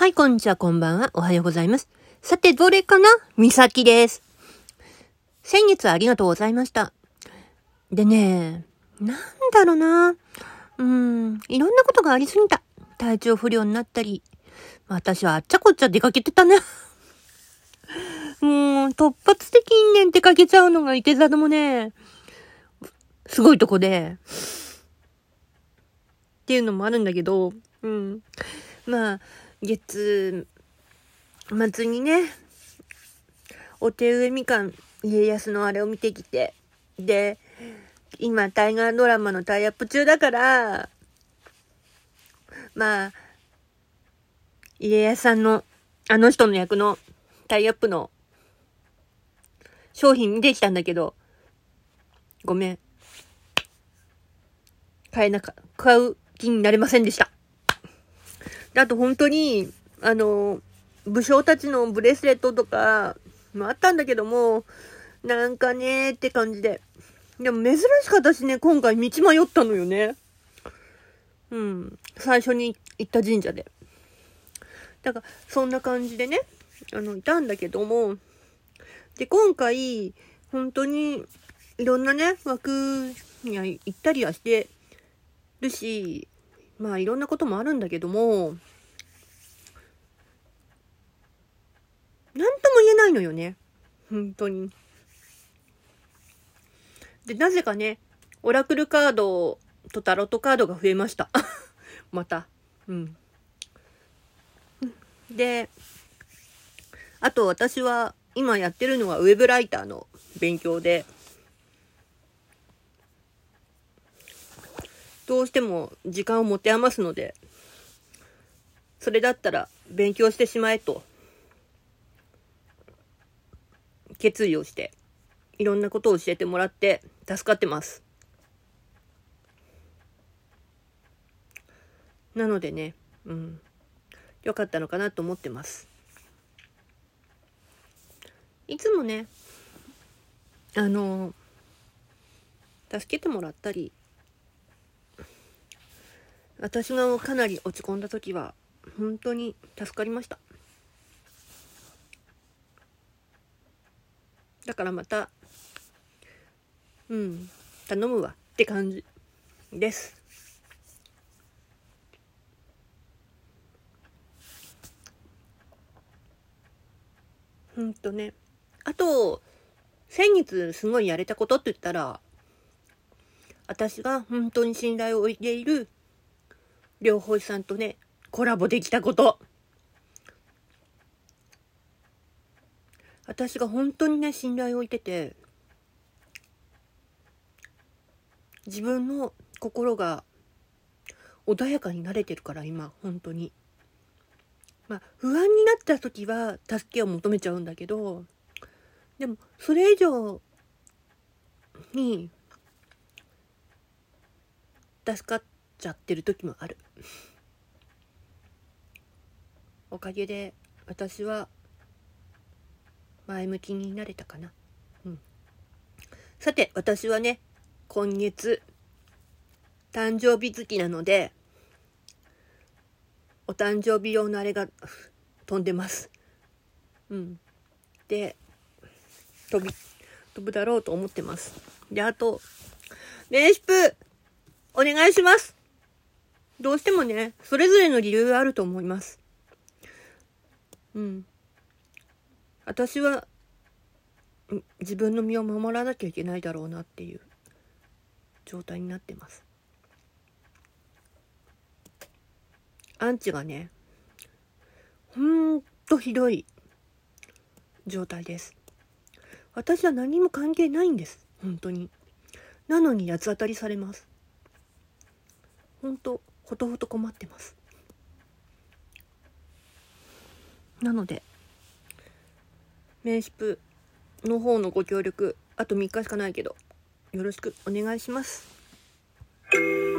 はい、こんにちは、こんばんは。おはようございます。さて、どれかな？みさきです。先月はありがとうございました。でね、なんだろうな。いろんなことがありすぎた。体調不良になったり。私はあっちゃこっちゃ出かけてたね。突発的にね、出かけちゃうのがいて座でもね、すごいとこで。っていうのもあるんだけど、月末にね、お手植えみかん、家康のあれを見てきて、で、今、大河ドラマのタイアップ中だから、家康さんの、あの人の役のタイアップの商品見てきたんだけど、ごめん。買う気になれませんでした。あと本当に、武将たちのブレスレットとかもあったんだけども、なんかねーって感じで。でも珍しく私ね、今回道迷ったのよね。最初に行った神社で。だから、そんな感じでね、いたんだけども、で、今回、本当に、いろんなね、枠に行ったりはしてるし、いろんなこともあるんだけども、なんとも言えないのよね。本当に。で、なぜかね、オラクルカードとタロットカードが増えました。また。で、あと私は今やってるのがウェブライターの勉強で、どうしても時間を持て余すので、それだったら勉強してしまえと決意をして、いろんなことを教えてもらって助かってます。なのでね、よかったのかなと思ってます。いつもね、助けてもらったり、私がかなり落ち込んだ時は本当に助かりました。だからまた頼むわって感じです。あと先月すごいやれたことって言ったら、私が本当に信頼を置いている療法士さんとね、コラボできたこと。私が本当にね、信頼を置いてて、自分の心が穏やかになれてるから今、本当に。不安になった時は助けを求めちゃうんだけど、でもそれ以上に助かっちゃってる時もある。おかげで私は前向きになれたかな。さて、私はね、今月誕生日月なので、お誕生日用のあれが飛んでます。で、飛ぶだろうと思ってます。で、あとレシプお願いします。どうしてもね、それぞれの理由があると思います。私は自分の身を守らなきゃいけないだろうなっていう状態になってます。アンチがね、ほんとひどい状態です。私は何も関係ないんです。本当に。なのに八つ当たりされます。本当ほとほと困ってます。なのでメンシップの方のご協力、あと3日しかないけどよろしくお願いします。